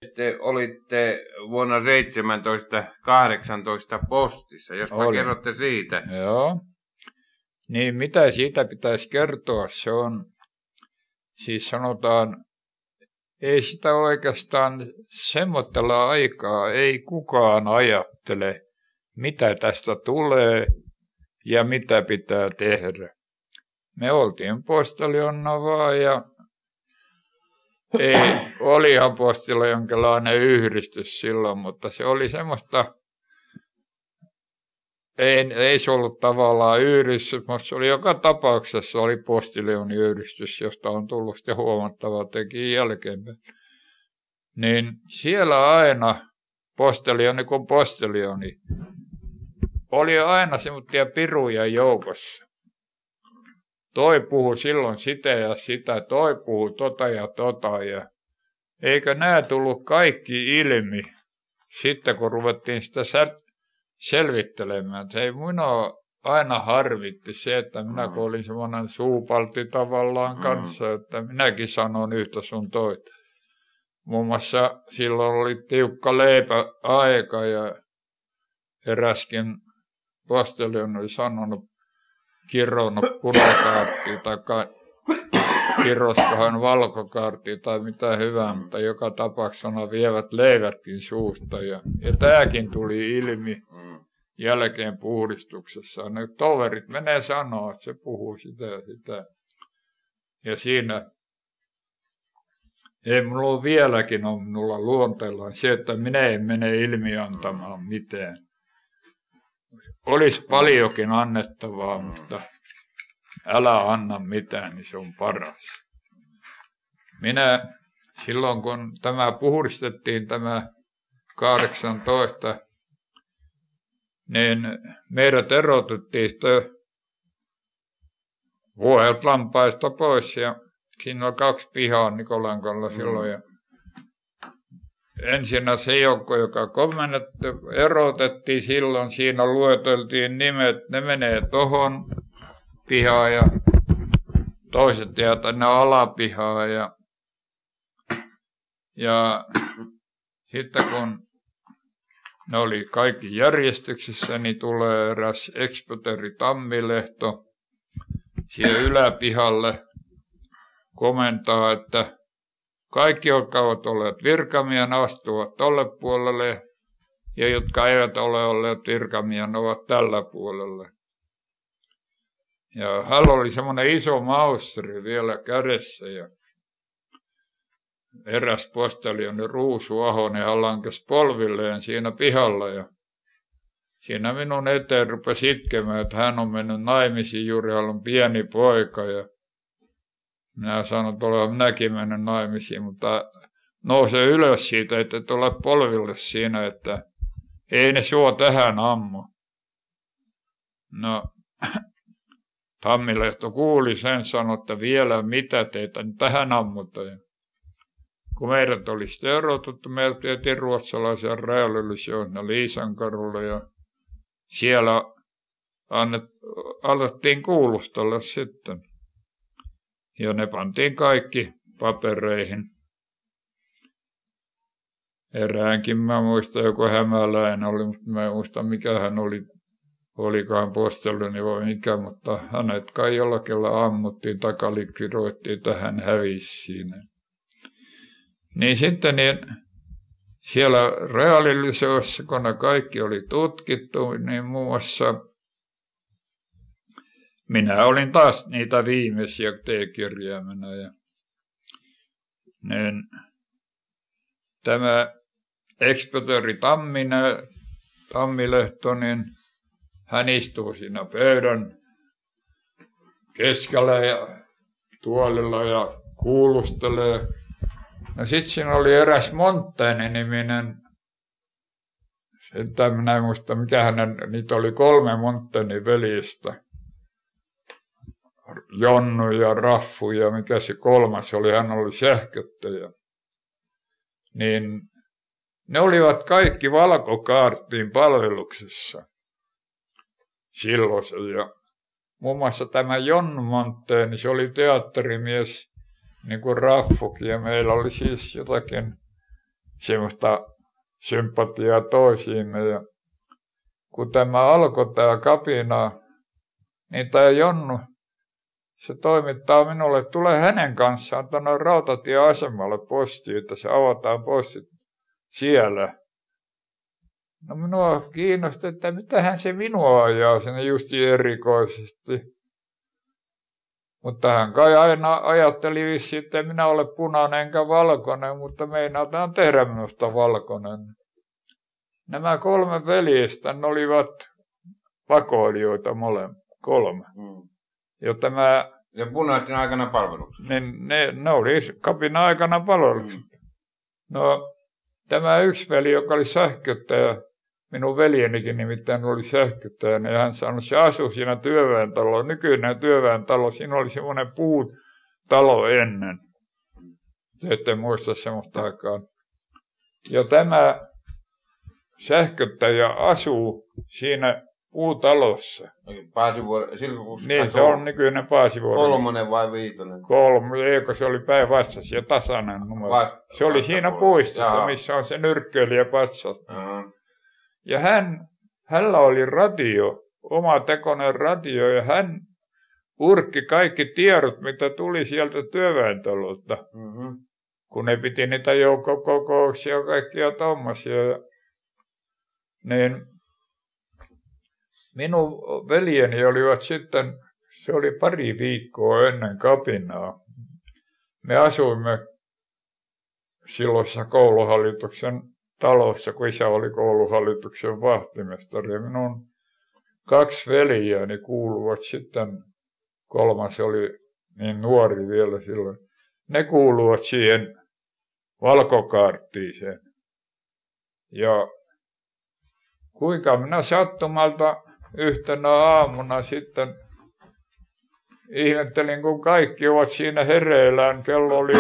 Te olitte vuonna 1718 postissa, jos kerrotte siitä. Joo. Niin mitä siitä pitäisi kertoa, se on, siis sanotaan, ei sitä oikeastaan semmoittella aikaa, ei kukaan ajattele, mitä tästä tulee ja mitä pitää tehdä. Me oltiin postilionna vaan ja olihan postilla jonkinlainen yhdistys silloin, mutta se oli semmoista, ei se ollut tavallaan yhdistys, mutta se oli joka tapauksessa oli postilionin yhdistys, josta on tullut sitten huomattava tekijä jälkeenpäin. Niin siellä aina postilioni kuin postilioni oli aina semmoisia piruja joukossa. Toi puhui silloin sitä ja sitä, toi puhui tota ja tota. Ja eikö nämä tullut kaikki ilmi sitten, kun ruvettiin sitä selvittelemään. Se ei minua aina harvitti se, että minä kun olin semmoinen suupaltti tavallaan kanssa, että minäkin sanon yhtä sun toita. Muun muassa silloin oli tiukka leipäaika ja eräskin postilion oli sanonut, kironnut punakaarttia tai kirroskohan valkokaarttia tai mitä hyvää, mutta joka tapauksessa vievät leivätkin suusta. Ja tämäkin tuli ilmi jälkeen puhdistuksessa. Ne toverit menee sanoa, että se puhuu sitä ja sitä. Ja siinä ei minulla vieläkin ole minulla luonteellaan se, että minä en mene ilmi antamaan mitään. Olisi paljonkin annettavaa, mutta älä anna mitään, niin se on paras. Minä silloin, kun tämä puhdistettiin, tämä 18, niin meidät erotettiin sitten vuohet lampaista pois ja siinä oli 2 pihaa Nikolankalla silloin. Ja ensinnä se joukko, joka erotettiin silloin, siinä lueteltiin nimet, ne menee tohon pihaan ja toiset jää tänne alapihaan. Ja sitten kun ne oli kaikki järjestyksessä, niin tulee eräs ekspöteri Tammilehto siihen yläpihalle komentaa, että kaikki, jotka ovat olleet virkamien, astuvat tolle puolelle ja jotka eivät ole olleet virkamien, ovat tällä puolella. Ja hän oli semmoinen iso mausteri vielä kädessä ja eräs postelioni Ruusu Ahonen, hän lankesi polvilleen siinä pihalla ja siinä minun eteen rupesi itkemään, että hän on mennyt naimisiin juuri, hän on pieni poika ja minä sanoin, että olen minäkin mennyt naimisiin, mutta nouse ylös siitä, että tule polville siinä, että ei ne sua tähän ammu. No, Tammilehto kuuli sen, sanoi, että vielä mitä teitä tähän ammutaan. Kun meidät oli sitten erotettu, meiltä vietiin ruotsalaisia rajallisjohna Liisankarulle ja siellä alettiin kuulustella sitten. Ja ne pantiin kaikki papereihin. Eräänkin mä muistan, joku hämäläinen oli, mutta mä en muista mikä hän oli. Olikohan postelioni vai mikä, mutta hänet kai jollakin ammuttiin, takalikvidoittiin, että hän hävisi siinä. Niin sitten siellä reaalilliseossa, kun ne kaikki oli tutkittu, niin muun muassa minä olin taas niitä viimeisiä T-kirjaimena. Ja niin, tämä ekspötöri Tammilehto, niin hän istuu siinä pöydän keskellä ja tuolilla ja kuulustelee. No sitten siinä oli eräs Monttainen-niminen, sitä minä en muista mikä niitä oli 3 Monttainin veljestä. Jonnu ja Raffu ja mikä se 3 oli, hän oli sähköttäjä. Niin ne olivat kaikki valkokaartin palveluksessa silloin. Ja muun muassa tämä Jonnu Monttainen, niin se oli teatterimies niin kuin Raffukin ja meillä oli siis jotakin semmoista sympatiaa toisiimme. Ja kun tämä alkoi tämä kapina, niin tämä Jonnu, se toimittaa minulle, tulee hänen kanssaan tänne rautatieasemalle postiin, että se avataan postit siellä. No minua kiinnosti, että mitähän se minua ajaa sinne justi erikoisesti. Mutta hän kai aina ajatteli vissiin, että minä olen punainen enkä valkoinen, mutta meinataan tehdä minusta valkoinen. Nämä 3 veljestä, ne olivat vakoilijoita molemmat, 3. Ja punaisten aikana palveluksessa. Ne oli kapina aikana palveluksessa. No, tämä yksi veli, joka oli sähköttäjä, minun veljenikin nimittäin oli sähköttäjä, ja hän sanoi, että se asui siinä työväentalossa, nykyinen työväentalo, siinä oli semmoinen puutalo ennen. Te ette muista semmoista aikaa. Ja tämä sähköttäjä asuu siinä puutalossa. Niin, se on nykyinen Paasivuori. 3 vai 5? 3, eikö se oli päinvastaus ja tasainen numero. Se oli siinä puistossa, missä on se nyrkkeilijäpatsas. Ja hänellä oli radio, omatekoinen radio, ja hän urkki kaikki tiedot, mitä tuli sieltä työväentalolta. Kun ne piti niitä joukkokokouksia ja kaikkia tommosia. Niin minun veljeni olivat sitten, se oli pari viikkoa ennen kapinaa. Me asuimme silloisessa kouluhallituksen talossa, kun isä oli kouluhallituksen vahtimestari. Ja minun 2 veljeäni kuuluvat sitten, 3 oli niin nuori vielä silloin, ne kuuluvat siihen valkokaarttiiseen. Ja kuinka minä sattumalta yhtenä aamuna sitten ihmettelin, kun kaikki ovat siinä hereillään, kello oli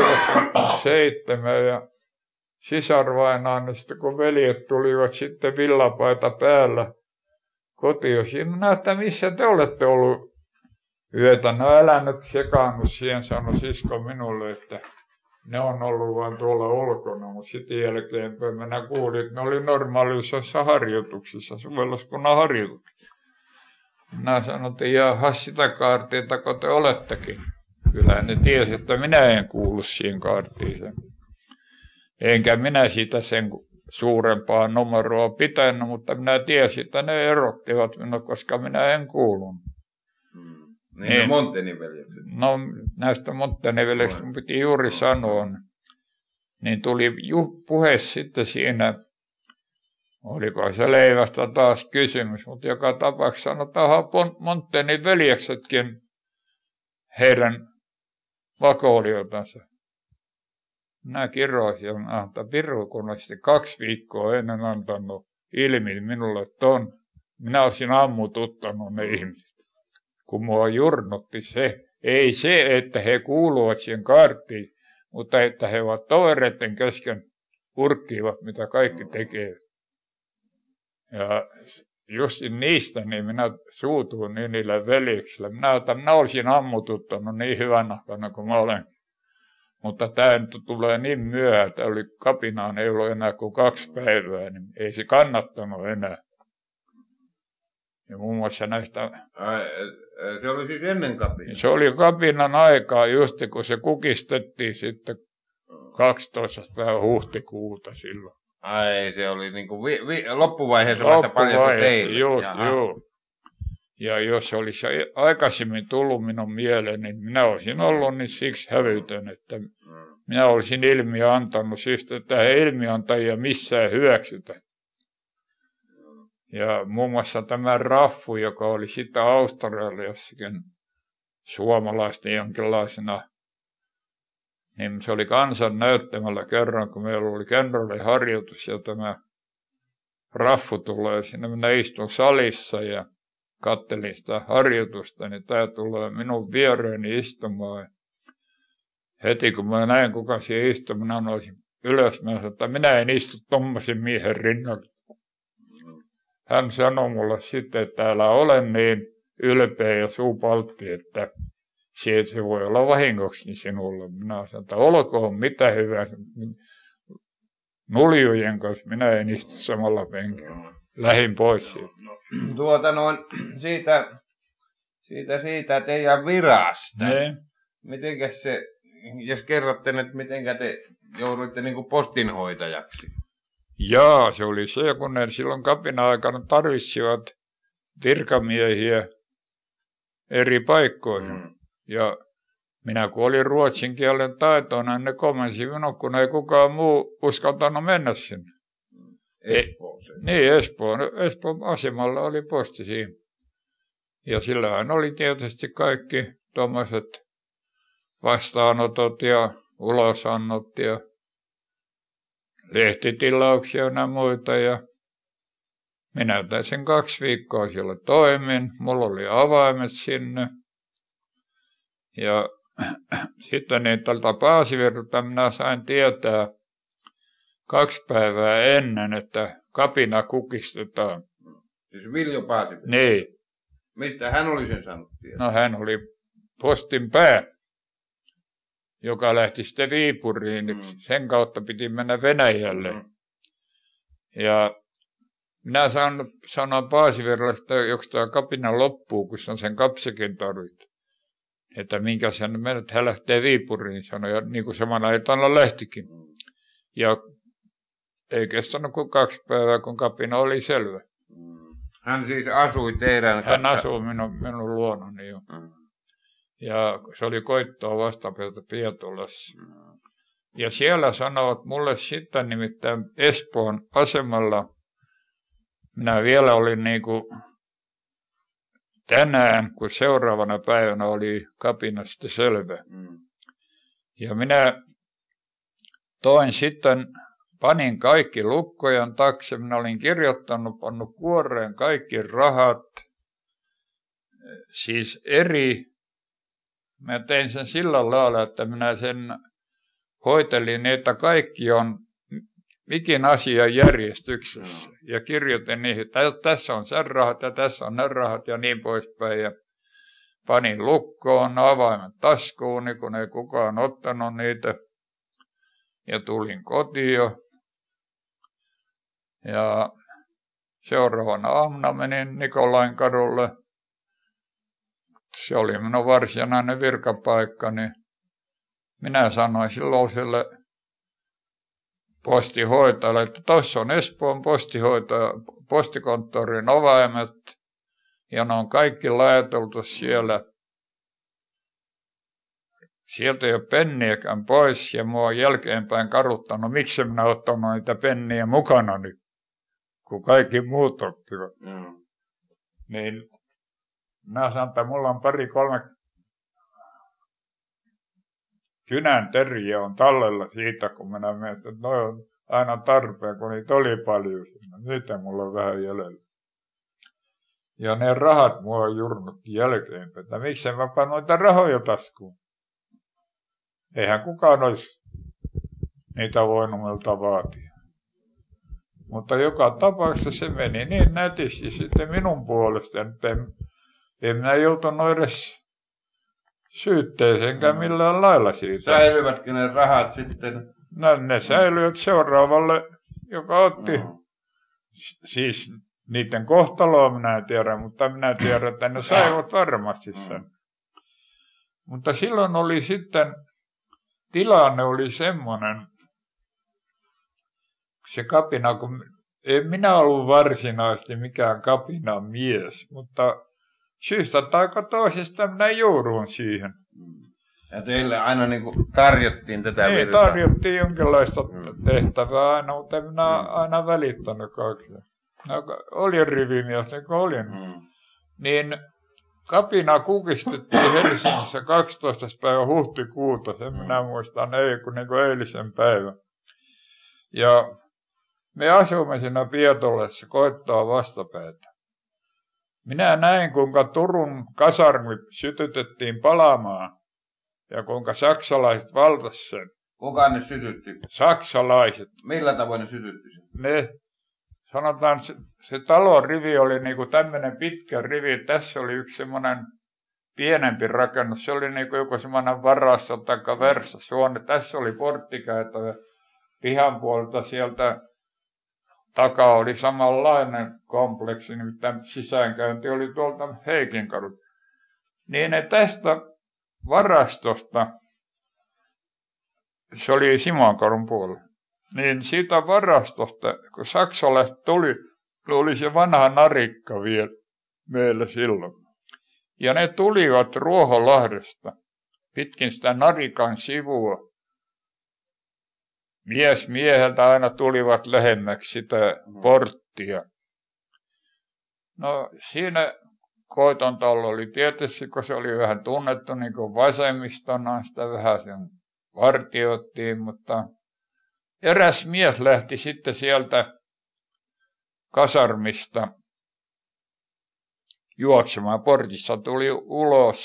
7 ja sisarvainaan, sitten kun veljet tulivat sitten villapaita päällä kotiin, siinä että missä te olette ollut yötä. No älä nyt sekaannu siihen, sanoi sisko minulle, että ne on ollut vain tuolla ulkona, mutta sitten jälkeenpäin minä kuulin, että ne oli normaalisessa harjoituksissa, suvelluskunnan harjoituksissa. Minä sanoin, että jaha, sitä kaartiitako te olettekin. Kyllä ne tiesi, että minä en kuulu siihen kaarttiin. Enkä minä siitä sen suurempaa numeroa pitänyt, mutta minä tiesin, että ne erottivat minua, koska minä en kuulunut. Niin Montenin veljekset. No näistä Montenin veljeksistä piti juuri sanoa. Niin tuli puhe sitten siinä, oliko se leivästä taas kysymys, mutta joka tapauksessa sanotaan Montenin veljeksetkin heidän vakoilijoitansa. Minä kirjoisin, että Piru, kun olen sitten 2 viikkoa ennen antanut ilmi minulle, että minä olisin ammututtanut ne ihmiset. Kun mua jurnutti se, ei se, että he kuuluvat siihen kaarttiin, mutta että he ovat tovereiden kesken urkkivat, mitä kaikki tekee. Ja just niistä, niin minä suutuin niin niille veljeksille. Minä olisin ammututtanut niin hyvänahkana kuin mä olen. Mutta tämä nyt tulee niin myöhään, että oli kapinaan, ei ollut enää kuin 2 päivää, niin ei se kannattanut enää. Ja muun muassa näistä... Se oli siis ennen kapinaa? Se oli kapinan aikaa just, kun se kukistettiin sitten 12. päivä huhtikuuta silloin. Ai, se oli niin kuin loppuvaiheessa vasta paljastui teille. Joo. Ja jos olisi aikaisemmin tullut minun mieleen, niin minä olisin ollut niin siksi hävytön, että minä olisin ilmiö antanut syystä, että he ilmiantajia missään hyväksytä. Ja muun muassa tämä Raffu, joka oli sitä Australiassakin suomalaisten jonkinlaisena, niin se oli kansan näyttämällä kerran, kun meillä oli kenraaliharjoitus ja tämä Raffu tulee sinne, minä istun salissa ja kattelin sitä harjoitusta, niin tämä tulee minun viereeni istumaan. Heti kun mä näin, kuka siihen istui, minä nousin ylös, mä sanoin, että minä en istu tommosen miehen rinnalla. Hän sanoi mulle sitten, että älä ole niin ylpeä ja suupaltti, että se voi olla vahingoksi sinulle. Minä sanoin, että olkoon mitä hyvää. nuljujen kanssa. Minä en istu samalla penkillä. Lähin pois siitä. Siitä teidän virasta. Ne. Mitenkäs se, jos kerrotte nyt, mitenkä te jouduitte niinku postinhoitajaksi? Jaa, se oli se, kun ne silloin kapina-aikana tarvitsivat virkamiehiä eri paikkoihin. Ja minä kun olin ruotsin kielen taitoinen, ne komensi minut, kun ei kukaan muu uskaltanut mennä sinne. Espooseen. Niin, Espoon asemalla oli posti siinä. Ja sillähän oli tietysti kaikki tuommoiset vastaanotot ja ulosannot ja lehtitilauksia ja muita. Ja minä sen 2 viikkoa siellä toimin. Mulla oli avaimet sinne. Ja sitten niin tältä Paasivirralta minä sain tietää 2 päivää ennen, että kapina kukistetaan. Siis Viljo Paasivirta? Niin. Mistä hän oli sen saanut tietää? No hän oli postin pää, joka lähti sitten Viipuriin. Sen kautta piti mennä Venäjälle. Ja minä sanoin Paasivirralle, että joksi tämä kapina loppuu, kun sen kapsekin tarvit. Että minkä sen menet, hän lähtee Viipuriin, sanoi, ja niin kuin samana iltana lähtikin. Ja ei kestänyt kuin 2 päivää, kun kapina oli selvä. Hän siis asui teidän kanssa? Hän asui minun luonani jo. Ja se oli koittoa vastapäätä Pietolassa. Ja siellä sanovat mulle sitten nimittäin Espoon asemalla, minä vielä olin niin kuin tänään, kun seuraavana päivänä oli kapina sitten selvä. Ja minä toin sitten, panin kaikki lukkojen taakse. Minä olin pannut kuoreen kaikki rahat. Siis mä tein sen sillä lailla, että minä sen hoitelin niin, että kaikki on mikin asian järjestyksessä. Ja kirjoitin niihin, että tässä on sen rahat ja tässä on ne rahat ja niin poispäin. Ja panin lukkoon avaimet taskuun, niin kun ei kukaan ottanut niitä. Ja tulin kotiin. Ja seuraavana aamuna menin Nikolain kadulle. Se oli minun varsinainen virkapaikka, niin minä sanoin silloin sille postihoitajalle, että tuossa on Espoon postikonttorin avaimet ja ne on kaikki laiteltu siellä. Sieltä ei ole penniäkään pois ja mua on jälkeenpäin karuttanut, miksi minä ottanut niitä penniä mukanani, kun kaikki muut ottivat. Niin minä sanon, että mulla on 2-3 kynänteriä on tallella siitä, kun minä mietin, että noi on aina tarpeen, kun niitä oli paljon siinä. Niitä mulla on vähän jäljellä. Ja ne rahat mua on jurnutkin jälkeenpäin, että miksi en mä pane noita rahoja taskuun. Eihän kukaan olisi niitä voinut miltä vaatia. Mutta joka tapauksessa se meni niin nätisti sitten minun puolestani, että en minä joutunut edes syytteeseenkään millään lailla siitä. Säilyvätkö ne rahat sitten? No, ne säilyivät seuraavalle, joka otti. Siis niiden kohtaloa minä en tiedä, mutta minä tiedän, että ne saivat varmasti sen. Mutta silloin oli sitten, tilanne oli semmoinen, se kapina, kun en minä ollut varsinaisesti mikään kapinan mies, mutta syystä tai toisesta minä jouduin siihen. Ja teille aina niin kuin tarjottiin tätä niin, virtaa? Tarjottiin jonkinlaista tehtävää aina, mutta en minä aina välittänyt kaikkea. No, olin rivimies, niin kuin olin. Niin kapina kukistettiin Helsingissä 12. päivä huhtikuuta, sen minä muistan niin kuin eilisen päivän. Ja me asumme siinä Pietolassa koittaa vastapäätä. Minä näin, kuinka Turun kasarmit sytytettiin palamaan ja kuinka saksalaiset valtasivat sen. Kuka ne sytytti? Saksalaiset. Millä tavoin ne sytytti sen? Ne, sanotaan, se talon rivi oli niin kuin tämmöinen pitkä rivi. Tässä oli yksi semmoinen pienempi rakennus. Se oli niin kuin joku semmoinen varasto tai versasuone. Tässä oli porttikäytävä. pihan puolelta sieltä takaa oli samanlainen kompleksi, nimittäin sisäänkäynti oli tuolta Heikinkadulta. Niin ne tästä varastosta, se oli Simonkadun puolella, niin siitä varastosta, kun saksalaiset tuli, oli se vanha narikka vielä meillä silloin. Ja ne tulivat Ruoholahdesta pitkin sitä narikan sivua. Mies mieheltä aina tulivat lähemmäksi sitä porttia. No siinä Koiton talo oli tietysti, kun se oli vähän tunnettu niin kuin vasemmistona, sitä vähän sen vartioittiin, mutta eräs mies lähti sitten sieltä kasarmista juoksemaan. Portissa tuli ulos,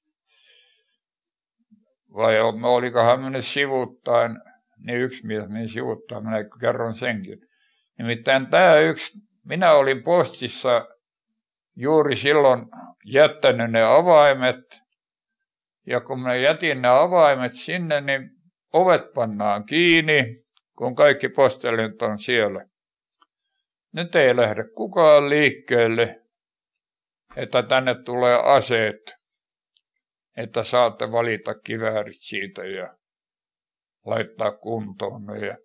vai oliko hän mennyt sivuttain, niin yksi mies meni sivuttain, minä kerron senkin. Nimittäin tämä yksi, minä olin postissa juuri silloin jättänyt ne avaimet, ja kun minä jätin ne avaimet sinne, niin ovet pannaan kiinni, kun kaikki postelit on siellä. Nyt ei lähde kukaan liikkeelle, että tänne tulee aseet, että saatte valita kiväärit siitä ja laittaa kuntoon ne. Ja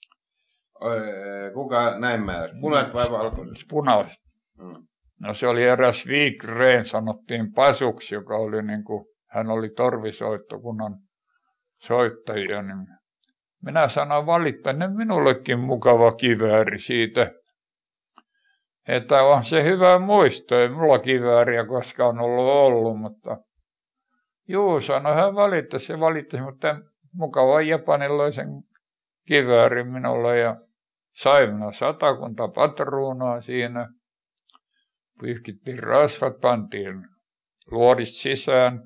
kuka näin määrä? Punaiset vai valkoiset? Punaiset. No se oli eräs Wikgren, sanottiin Pasuksi, joka oli niin kuin, hän oli torvisoittokunnan soittajia. Niin minä sanoin valittaneen minullekin mukava kivääri siitä, että on se hyvä muisto. Ei mulla kivääriä koskaan ollut, mutta juu, sanoi hän valittaisi, mutta mukava japanilaisen kiväärin minulle ja sain minä 100 patruunaa siinä. Pyyhkittiin rasvat, pantiin luodit sisään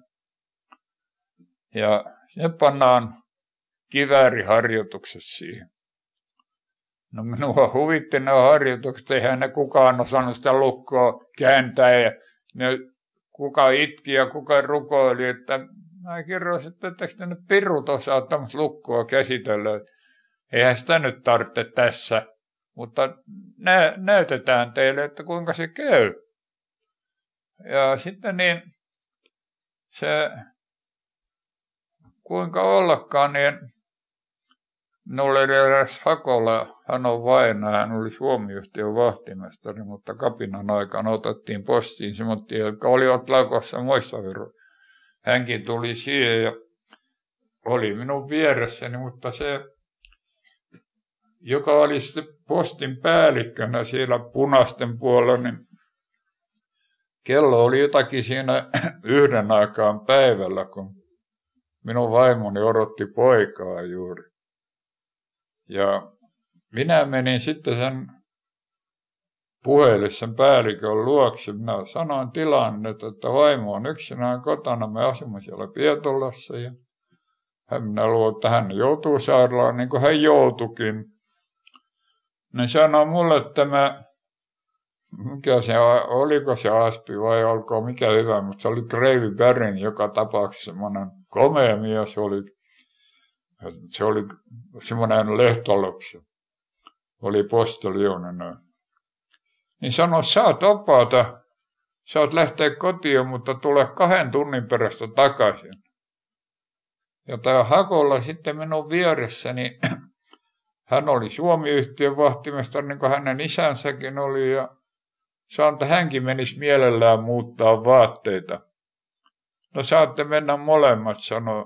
ja se pannaan kivääriharjoitukset siihen. No minua huvitti ne harjoitukset, eihän ne kukaan osannut sitä lukkoa kääntää ja ne, kuka itki ja kuka rukoili, että mä kerroin sitten, että eikö ne pirut osaa tämmöistä lukkoa käsitellä. Eihän sitä nyt tarvitse tässä, mutta näytetään teille, että kuinka se käy. Ja sitten niin se, kuinka ollakaan, niin minulla oli eräs Hakola, hän on vainaja, hän oli Suomi-yhtiön vahtimestari, mutta kapinan aikana otettiin postiin semmoisia, jotka olivat lakossa muissa viroissa. Hänkin tuli siihen ja oli minun vieressäni, mutta se, joka oli sitten postin päällikkönä siellä punaisten puolella, niin kello oli jotakin siinä 1 aikaan päivällä, kun minun vaimoni odotti poikaa juuri. Ja minä menin sitten sen puheille sen päällikön luokse. Minä sanoin tilannet, että vaimo on yksinään kotona. Me asumme siellä Pietolassa ja minä luulen, että hän joutuu sairaalaan niin kuin hän joutuikin. Ne sanoi mulle, että mikä se, oliko se aspi vai olkoon mikä hyvä, mutta se oli Kreivi Bärin joka tapauksessa semmoinen komea mies oli. Se oli semmoinen lehtolapsi, oli postelioninen. Niin sanoi, saat vapaata, saat lähteä kotiin, mutta tule 2 tunnin perästä takaisin. Ja tämä Hakola sitten minun vieressäni, hän oli Suomi-yhtiön vahtimestari, niin kuin hänen isänsäkin oli, ja sanoi, että hänkin menisi mielellään muuttaa vaatteita. No saatte mennä molemmat, sanoi.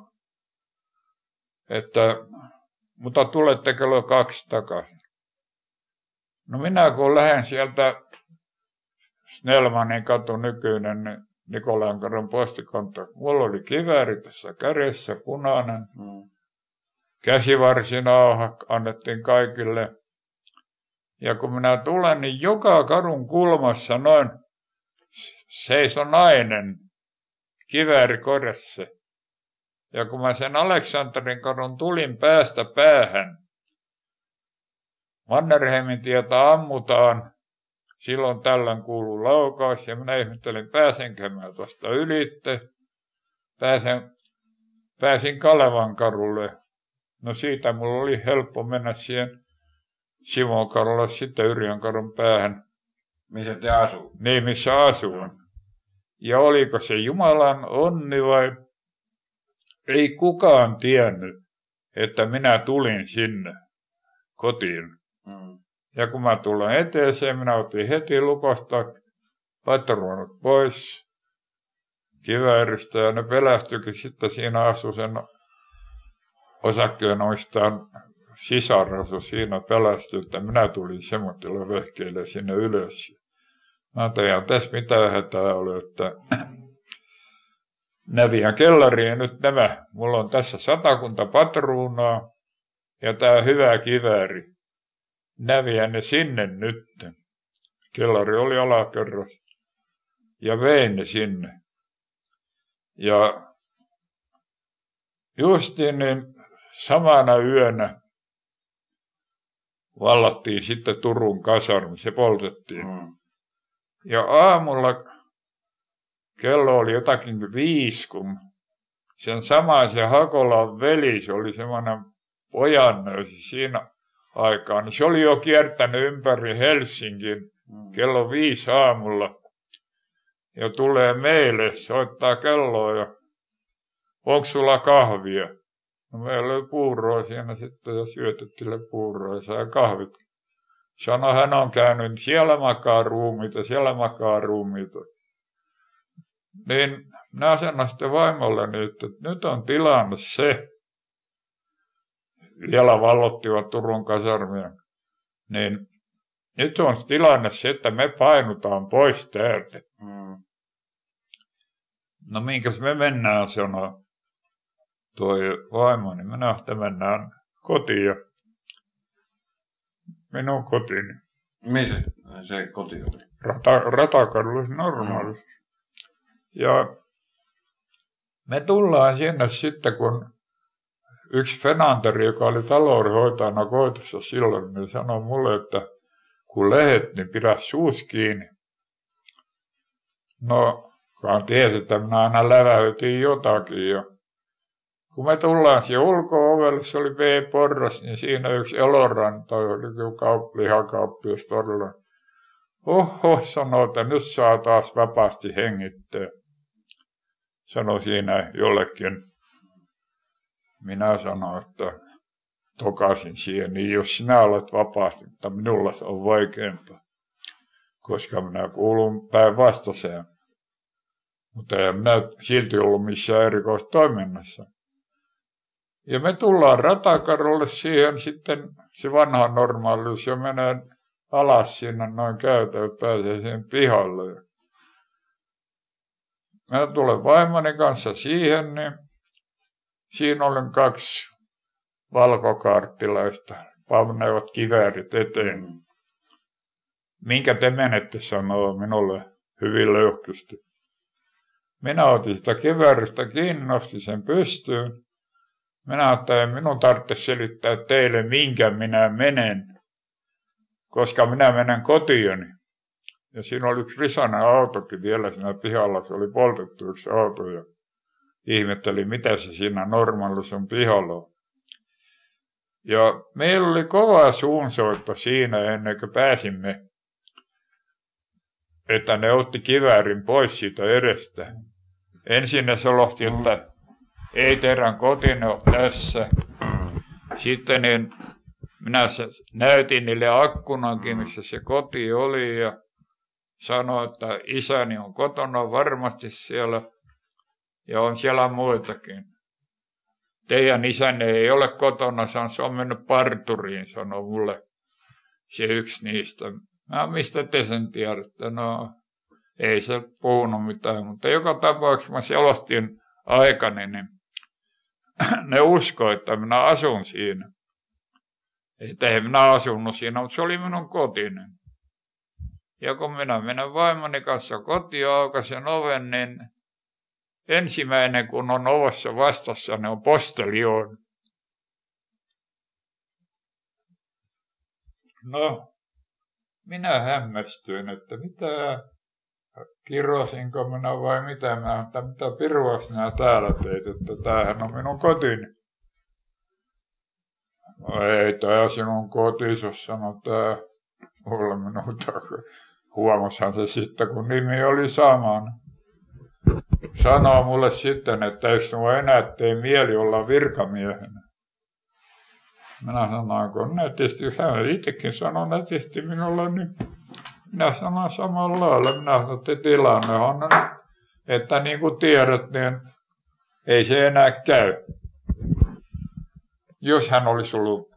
Että, mutta tulette kello 2 takaisin. No minä kun lähden sieltä Snellmanin katu nykyinen Nikolankadun postikonttori. Mulla oli kivääri tässä kädessä, punainen. Käsivarsinauha annettiin kaikille. Ja kun minä tulen, niin joka kadun kulmassa noin seisoi nainen kivääri korjassa. Ja kun mä sen Aleksanterin kadun tulin päästä päähän, Mannerheimin tietä ammutaan, silloin tällöin kuuluu laukaus, ja minä ihmettelin, pääsenkö mä tuosta ylitte. Pääsin Kalevan kadulle. No siitä mulla oli helppo mennä siihen Simokarolle sitten Yrjönkadon päähän. Missä te asuu? Niin, missä asuin. Ja oliko se Jumalan onni vai ei kukaan tiennyt, että minä tulin sinne kotiin. Ja kun mä tulen eteeseen, minä otin heti lukosta patruunat pois kivääristä ja ne pelästyikin sitten siinä asui sen osakkeenomistaan sisarasu siinä pelästyi, että minä tulin semmoisella vehkeillä sinne ylös. Mä tein tässä mitä hätää oli, että näviän kellariin nyt nämä. Mulla on tässä 100 patruunaa ja tää hyvä kivääri. Näviän ne sinne nyt. Kellari oli alakerras. Ja vein ne sinne. Ja justiin niin samana yönä vallattiin sitten Turun kasarmi. Se poltettiin. Ja aamulla kello oli jotakin 5, kun sen samaisen Hakolan veli, se oli semmoinen pojannöysi siinä aikaan, niin se oli jo kiertänyt ympäri Helsingin kello 5 aamulla. Ja tulee meille, soittaa kelloa ja onko sulla kahvia? No meillä oli puuroa siinä sitten ja syötettiin puuroa ja sai kahvit. Sano, hän on käynyt, siellä makaa ruumiita. Niin minä sanon sitten vaimolleni, että nyt on tilanne se, vielä vallottivat Turun kasarmia, niin nyt on tilanne se, että me painutaan pois täältä. No minkäs me mennään, sanoi toi vaimo, niin minä että mennään kotiin. Minun kotini. Missä se koti oli? Ratakadulla normaalisti. Ja me tullaan sinne sitten, kun yksi Fenanteri, joka oli taloudenhoitajana koitossa silloin, niin sanoi mulle, että kun lehet, niin pidä suus kiinni. No, vaan tiesi, että minä aina läväytin jotakin. Ja kun me tullaan siihen ulko-ovelle, se oli V-porras, niin siinä yksi Eloranta, oli lihakauppias todella. Oho, sanoi, että nyt saa taas vapaasti hengittää. Sanoi siinä jollekin. Minä sanoin, että tokasin siihen, niin jos sinä olet vapaasti, mutta minulla se on vaikeampaa. Koska minä kuulun päinvastaiseen. Mutta en minä silti ollut missään erikoistoiminnassa. Ja me tullaan Ratakarolle siihen sitten, se vanha normaalius, ja menee alas sinne noin käytävä, pääsee siihen pihalle. Mä tulen vaimoni kanssa siihen, niin siinä olen 2 valkokarttilaista, panevat kiväärit eteen. Minkä te menette, sanoo minulle hyvin leuhkisti. Minä otin sitä kivääristä kiinni, nostin sen pystyyn. Minä ajattelin, että minun tarvitse selittää teille, minkä minä menen, koska minä menen kotiini. Ja siinä oli yksi risainen autokin vielä siinä pihalla, se oli poltettu yksi auto ja ihmetteli, mitä se siinä normaalisen pihalla on. Ja meillä oli kova suunsoitto siinä ennen kuin pääsimme, että ne otti kiväärin pois siitä edestä. Ensin ne solohti, että ei teidän kotinne ole tässä. Sitten niin minä näytin niille akkunankin, missä se koti oli ja sanoin, että isäni on kotona varmasti siellä ja on siellä muitakin. Teidän isänne ei ole kotona, se on mennyt parturiin, sanoi mulle se yksi niistä. Mistä te sen tiedätte? No, ei se puhunut mitään, mutta joka tapauksessa mä selostin aikani, niin ne uskoi, että minä asun siinä. Että ei minä asunut siinä, mutta se oli minun kotinen. Ja kun minä menen vaimoni kanssa kotiin aukaisen oven, niin ensimmäinen kun on ovessa vastassa, ne on posteljoon. No, minä hämmästyin, että mitä kirosinko minä vai mitä mitä piruas minä täällä teit, että tämähän on minun kotini. Ei tää sinun kotisos, sanoi tää mulle minulta. Huomashan se sitten, kun nimi oli samana. Sanoo mulle sitten, että eikö sinua enää tee mieli olla virkamiehenä. Minä sanoin, kun netisti, hän itsekin sanoi netisti minulle, niin minä sanoin samalla lailla. Minä sanoin, että tilanne on, että niin kuin tiedät, niin ei se enää käy. Jos hän olisi ollut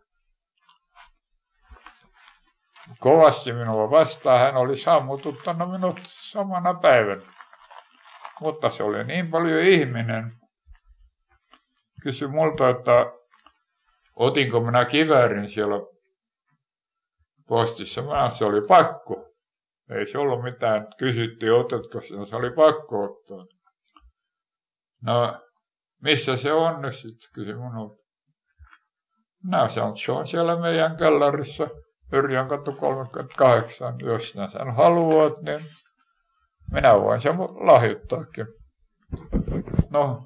kovasti minua vastaan, hän oli sammututtanut minut samana päivänä. Mutta se oli niin paljon ihminen. Kysyi multa, että otinko minä kiväärin siellä postissa. Se oli pakko. Ei se ollut mitään. Kysyttiin, otatko sen. Se oli pakko ottaa. No, missä se on nyt sitten? Kysyi minulta. Minä sanoin, että se on siellä meidän kellarissa. Yrjönkatu 38. Jos sinä sen haluat, niin minä voin sen lahjoittaakin. No,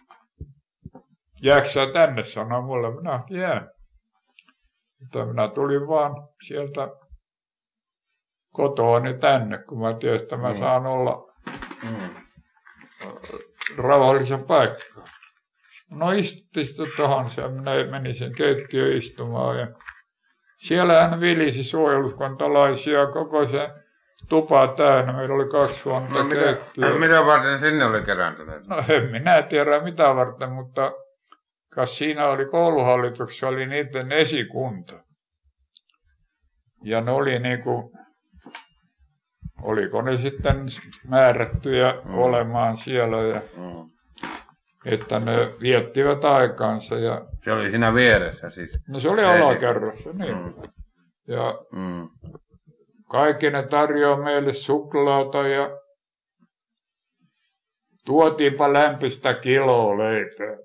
jääkö sä tänne, sanoi mulle. Minä jään. Mutta minä tulin vaan sieltä kotoani tänne, kun mä tiesin, että mä saan olla rauhallisen paikkaan. No istutti sitten tuohon, minä menin sen keittiön istumaan ja siellä hän vilisi suojeluskuntalaisia koko se tupa täynnä. Meillä oli 2 huonetta keittiöä. Mitä varten sinne oli kerääntyneet? No en minä tiedä mitä varten, mutta kas siinä oli kouluhallituksessa oli niiden esikunta. Ja ne oli niinku, oliko ne sitten määrättyjä olemaan siellä ja että ne viettivät aikaansa. Ja se oli siinä vieressä siis? No se oli alakerrassa, niin. Ja kaikki ne tarjoaa meille suklaata ja tuotiinpa lämpistä kiloa leipää.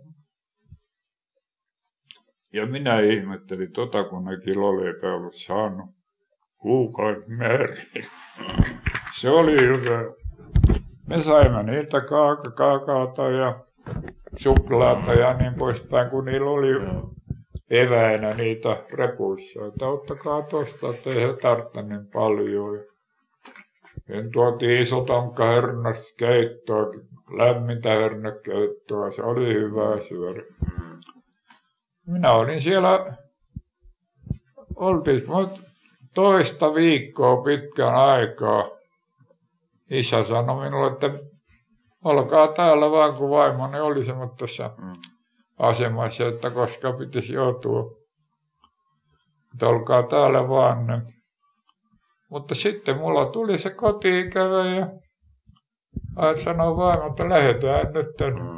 Ja minä ihmettelin kun ne kiloleipää ovat saanut kuukauden määrin. Se oli hyvä. Me saimme niiltä kaakaota ja suklaata ja niin poispäin, kun niillä oli eväinä niitä repuissa. Että ottakaa tosta, ettei he tarvitse niin paljon. Ja tuotiin iso tonkka hernasta keittoa, lämmintä hernekeittoa. Se oli hyvää syödä. Minä olin siellä, oltiin toista viikkoa pitkän aikaa. Isä sanoi minulle, että olkaa täällä vaan, kun vaimoni oli semmoisessa asemassa, että koska pitäisi joutua. Että olkaa täällä vaan. Mutta sitten mulla tuli se koti-ikävä ja sanoi vaimo, että lähdetään nyt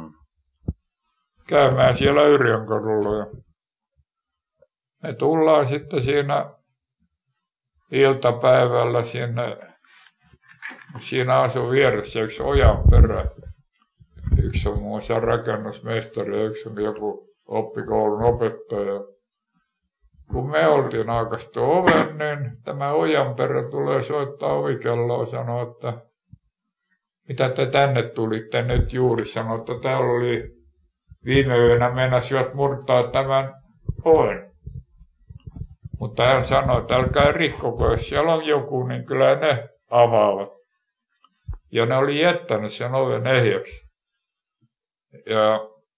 käymään siellä Yrjönkadulla. Ja me tullaan sitten siinä iltapäivällä siinä asui vieressä yksi Ojanperä. Yksi on muun muassa rakennusmestari ja yksi on joku oppikoulun opettaja. Kun me oltiin aukaistu oven, niin tämä Ojanperä tulee soittaa ovikelloa ja sanoo, että mitä te tänne tulitte nyt juuri. Sanoi, että täällä oli viime yönä meinasivat murtaa tämän oven. Mutta hän sanoi, että älkää rikkoko, jos siellä on joku, niin kyllä ne avaavat. Ja ne oli jättänyt sen oven ehjäksi. Ja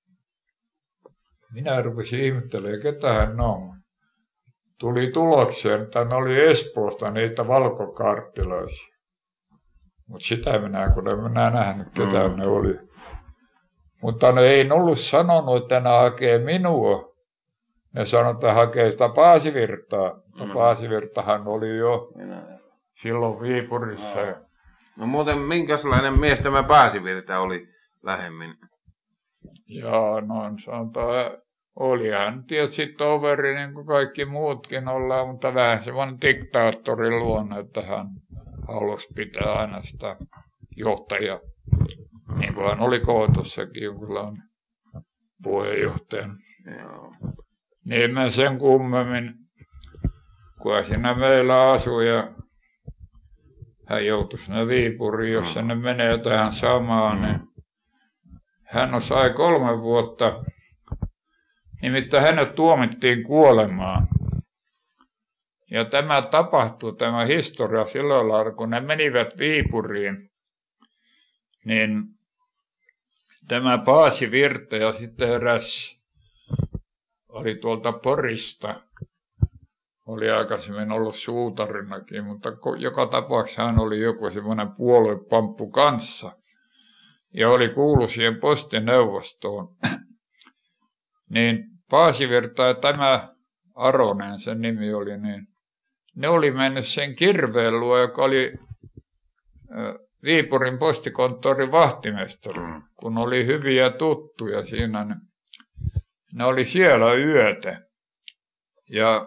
minä rupesin ihmettelemään, ketä hän on. Tuli tulokseen, että ne oli Espoosta niitä valkokarttilaisia. Mutta sitä kun en minä nähnyt, ketä ne oli. Mutta ne ei ollut sanonut, että ne hakee minua. Ne sanoi, että hakee sitä Paasivirtaa. Paasivirtahan oli jo silloin Viipurissa. No muuten minkälainen mies tämä Paasivirta oli lähemmin? Jaa, noin sanotaan. Olihan tietysti toveri niin kuin kaikki muutkin ollaan, mutta vähän semmoinen diktaattorin luonne, että hän halusi pitää aina sitä johtajaa. Niin kuin hän oli Kootossakin jonkunlainen puheenjohtaja. Niin mä sen kummemmin, kun siinä meillä asui ja hän joutui sinne Viipuriin, jos sinne menee tähän samaan, niin hän sai 3 vuotta Nimittäin hänet tuomittiin kuolemaan. Ja tämä tapahtui, tämä historia sillä lailla, kun ne menivät Viipuriin, niin tämä Paasi Virta ja sitten eräs oli tuolta Porista, oli aikaisemmin ollut suutarinakin, mutta joka tapauksessa hän oli joku semmoinen puoluepamppu kanssa ja oli kuullut siihen postineuvostoon. Niin Paasi Virta ja tämä Aronen, sen nimi oli, niin ne oli mennyt sen Kirveen luo, joka oli Viipurin postikonttorin vahtimestari, kun oli hyviä tuttuja siinä. Niin ne oli siellä yötä ja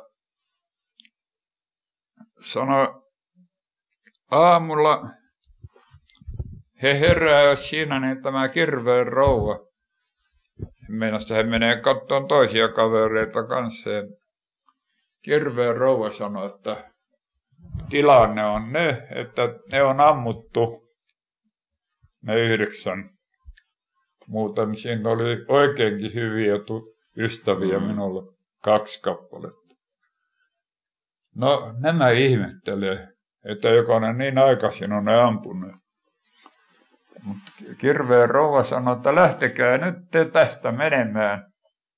sanoi aamulla he heräävät siinä, niin tämä Kirveen rouva, meinasi he menee katsomaan toisia kavereita kanssa. Kirveen rouva sanoi, että tilanne on että ne on ammuttu ne 9. Muuten siinä oli oikeinkin hyviä ystäviä minulla 2 kappaletta. No nämä ihmettelee, että jokainen niin aikaisin on ne ampuneet. Mutta Kirveen rouva sanoi, että lähtekää nyt te tästä menemään.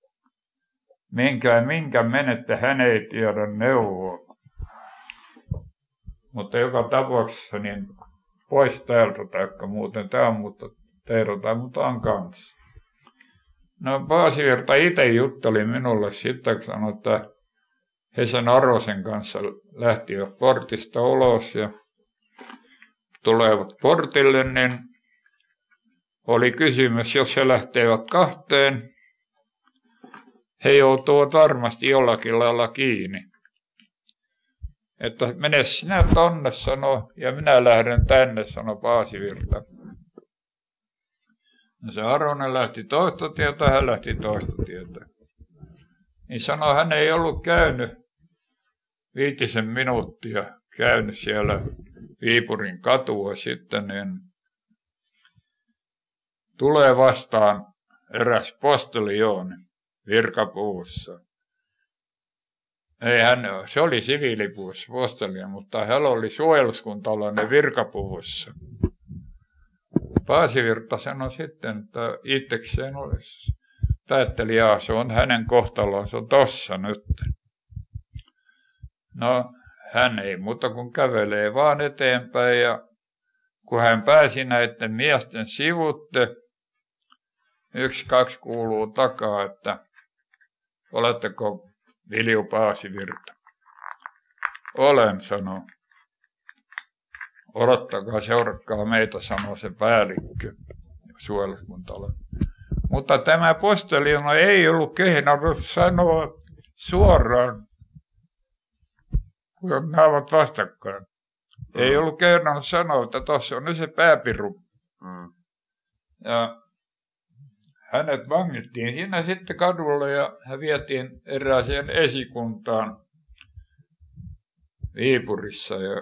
Minkä menette, hän ei tiedä neuvoa. Mutta joka tapauksessa niin pois täältä, taikka muuten te ammutte teidät ammutaan kanssa. No Paasi Virta itse jutteli minulle sitten, kun sanoi, että he sen Arosen kanssa lähtivät portista ulos ja tulevat portille, niin oli kysymys, jos he lähtevät 2, he joutuvat varmasti jollakin lailla kiinni. Että mene sinä tonne, sano, ja minä lähden tänne, sanoi Paasi Virta. No se Aronen lähti toista tietä, hän lähti toista tietä. Niin sanoi, hän ei ollut käynyt 5 minuuttia, käynyt siellä Viipurin katua sitten, niin tulee vastaan eräs posteljooni virkapuvussa. Se oli siviilipuvussa posteljooni, mutta hän oli suojeluskuntalainen virkapuvussa. Paasi Virta sanoi sitten, että itsekseen päätteli, se on hänen kohtalonsa tossa nyt. No, hän ei muuta kuin kävelee vaan eteenpäin ja kun hän pääsi näiden miesten sivutte, 1-2 kuuluu takaa, että oletteko Vilju Paasi Virta? Olen, sanoi. Odottakaa, seuratkaa meitä, sanoi se päällikkö suojeluskuntalainen. Mutta tämä posteljono ei ollut kehdannut sanoa suoraan, kun nämä ovat vastakkain. Ei ollut kehdannut sanoa, että tuossa on nyt se pääpiru. Ja hänet vangittiin siinä sitten kadulle ja hän vietiin erääseen esikuntaan Viipurissa. Ja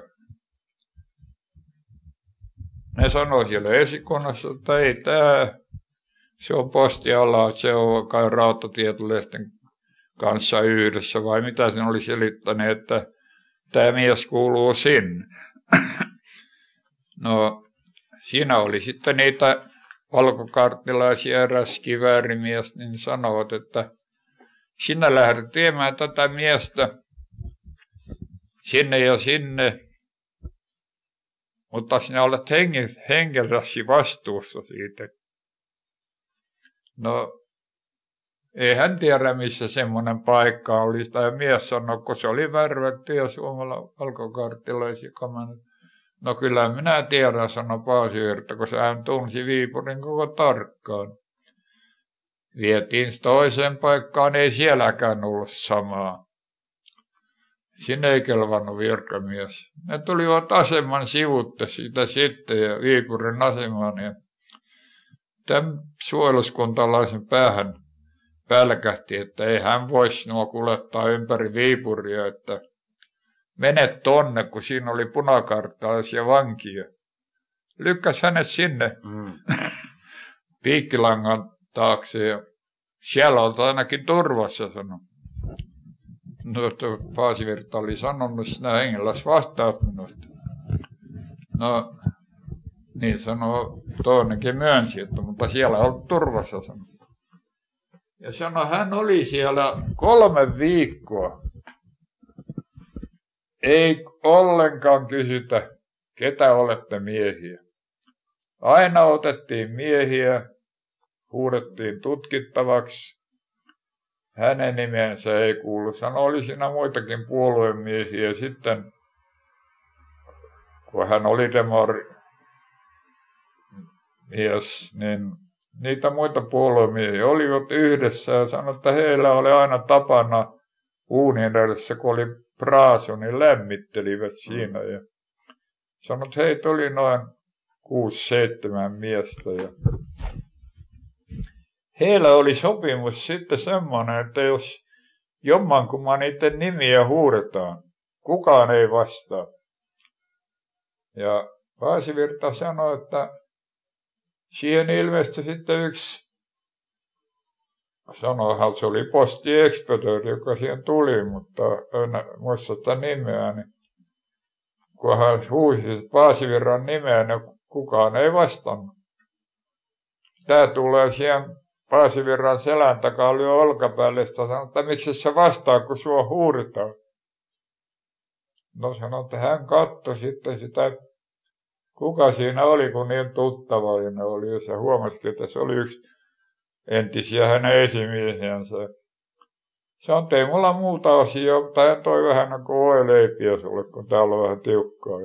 ne sanoi siellä esikunnassa, että ei se on postiala, se on kai rautatietolehten kanssa yhdessä, vai mitä sen oli selittänyt, että tämä mies kuuluu sinne. No, siinä oli sitten niitä valkokarttilaisia eräs kiväärimies, niin sanovat, että sinä lähdet viemään tätä miestä sinne ja sinne, mutta sinä olet hengelläsi vastuussa siitä. No, ei hän tiedä, missä semmoinen paikka oli. Tai mies sanoi, kun se oli värvätty ja suomalla valkokarttilaisia kamanut. No kyllä minä tiedän, sanoi Paasi Virta, kun hän tunsi Viipurin koko tarkkaan. Vietiin toiseen paikkaan, ei sielläkään ollut samaa. Sinne ei kelvannut virkamies. Ne tulivat aseman sivutte siitä sitten ja Viipurin asemaan. Ja tämän suojeluskuntalaisen päähän pälkähti, että ei hän voisi nuo kuljettaa ympäri Viipuria, että mene tonne, kun siinä oli punakarttaisia vankia. Lykkäs hänet sinne piikkilangan taakse ja siellä olet ainakin turvassa, sanoi. No, Paasivirta oli sanonut, sinä hengelläs vastaat minusta. No, niin sanoi, toinenkin myönsi, että mutta siellä olet turvassa, sanoi. Ja sanoi, hän oli siellä 3 viikkoa. Ei ollenkaan kysytä, ketä olette miehiä. Aina otettiin miehiä, huudettiin tutkittavaksi. Hänen nimensä ei kuulu. Sanoi, oli siinä muitakin puoluemiehiä. Sitten, kun hän oli demarimies, niin niitä muita puoluemiehiä olivat yhdessä ja sanoi, että heillä oli aina tapana uunin edessä, kun oli praasu, niin lämmittelivät siinä. Ja sanoi, että heitä oli noin 6-7 miestä. Ja heillä oli sopimus sitten semmoinen, että jos jommankumman niiden nimiä huudetaan, kukaan ei vastaa. Ja Paasivirta sanoi, että siihen ilmestyi sitten yksi, sanoihan se oli postiekspedööri, joka siihen tuli, mutta en muista sitä nimeä, niin kun hän huusi Paasivirran nimeä, niin kukaan ei vastannut. Tämä tulee siihen Paasivirran selän takaa lyö olkapäälle ja sanoi, että miksi sä vastaa, kun sua huudetaan. No sanoi, että hän katsoi sitten sitä, kuka siinä oli, kun niin tuttavallinen oli. Ja se huomasikin, että se oli yksi entisiä hänen esimiehiänsä. Sanoi, että ei mulla muuta asiaa, mutta hän toi vähän niin kuin voileipiä sulle, kun täällä on vähän tiukkaa.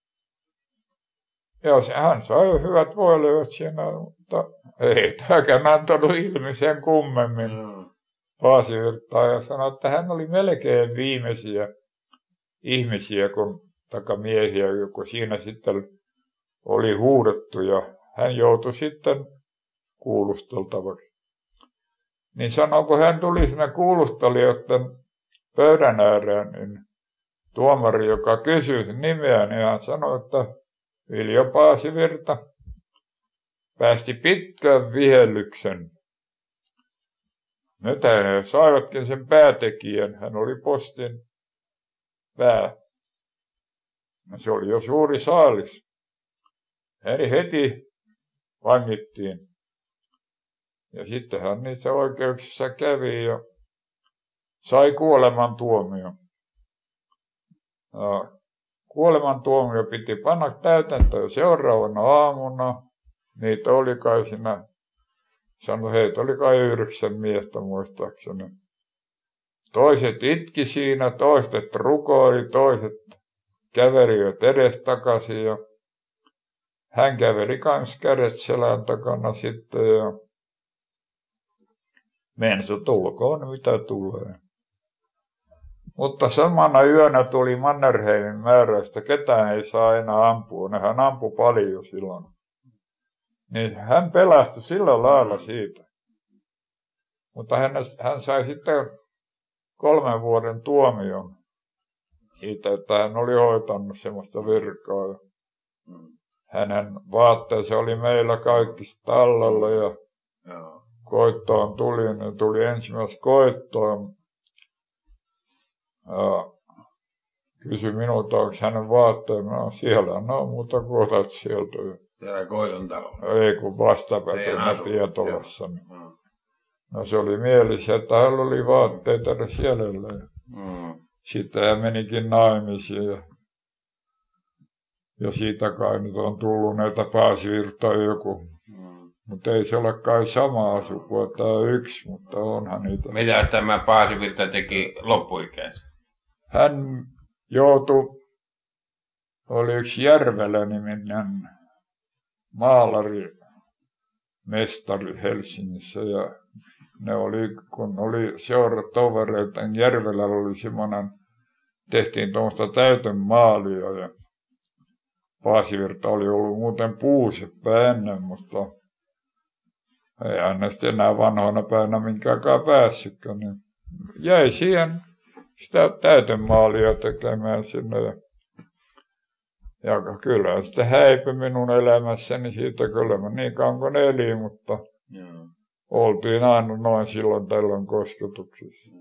Ja hän sai hyvät voileivät siinä, mutta ei tämäkään antanut ilmi sen kummemmin Paasivirtaa. Ja sanoi, että hän oli melkein viimeisiä ihmisiä, miehiä, kun siinä sitten oli huudettu ja hän joutui sitten kuulusteltavaksi. Niin sanoi, kun hän tuli sinne kuulustelijoiden pöydän ääreen, niin tuomari, joka kysyi sen nimeä, niin hän sanoi, että Viljo Paasivirta päästi pitkän vihellyksen. Nyt he saivatkin sen päätekijän. Hän oli postin pää. No, se oli jo suuri saalis. Hän heti vangittiin. Ja sitten hän niissä oikeuksissa kävi ja sai kuolemantuomio. Kuolemantuomio piti panna täytäntöön seuraavana aamuna. Niitä oli kai siinä, sanoi, heitä oli kai 9 miestä muistaakseni. Toiset itki siinä, toiset rukoili, toiset kävelivät edestakaisin ja hän käveli kans kädet selän takana sitten ja menso tulkoon mitä tulee. Mutta samana yönä tuli Mannerheimin määräystä, ketään ei saa enää ampua. Hän ampui paljon silloin. Niin hän pelästyi sillä lailla siitä. Mutta hän sai sitten 3 vuoden tuomion siitä, että hän oli hoitanut semmoista virkaa. Hänen vaatteensa oli meillä kaikki tallella ja koittoon tuli ensimmäistä koittoon. Kysyi minulta, onko hänen vaatteena. No, siellä no muuta kuin otat sieltä. Täällä Koilon talo. Ei kun vastapäätönä Pietolassa. No se oli mielessä, että hänellä oli vaatteita edes jäljellä. Sitten hän menikin naimisiin. Ja siitä kai nyt on tullut näitä Paasivirtaa joku. Mutta ei se ole kai samaa sukua. Tämä on yksi, mutta onhan niitä. Mitä tämä Paasivirta teki loppuikänsä? Hän joutui, oli yksi Järvelä-niminen maalarimestari Helsingissä ja ne oli, kun oli seuratovereita, niin Järvelällä oli semmoinen, tehtiin tuommoista täytemaalia ja Paasivirta oli ollut muuten puuseppä ennen, mutta ei hän sitten enää vanhoina päivänä minkäänkään päässytkään, niin jäi siihen sitä täytemaalia tekemään sinne ja kyllä sitten häipyi minun elämässäni siitä kyllä mä niin kauan kuin elin, mutta oltiin aina noin silloin tällöin kosketuksissa.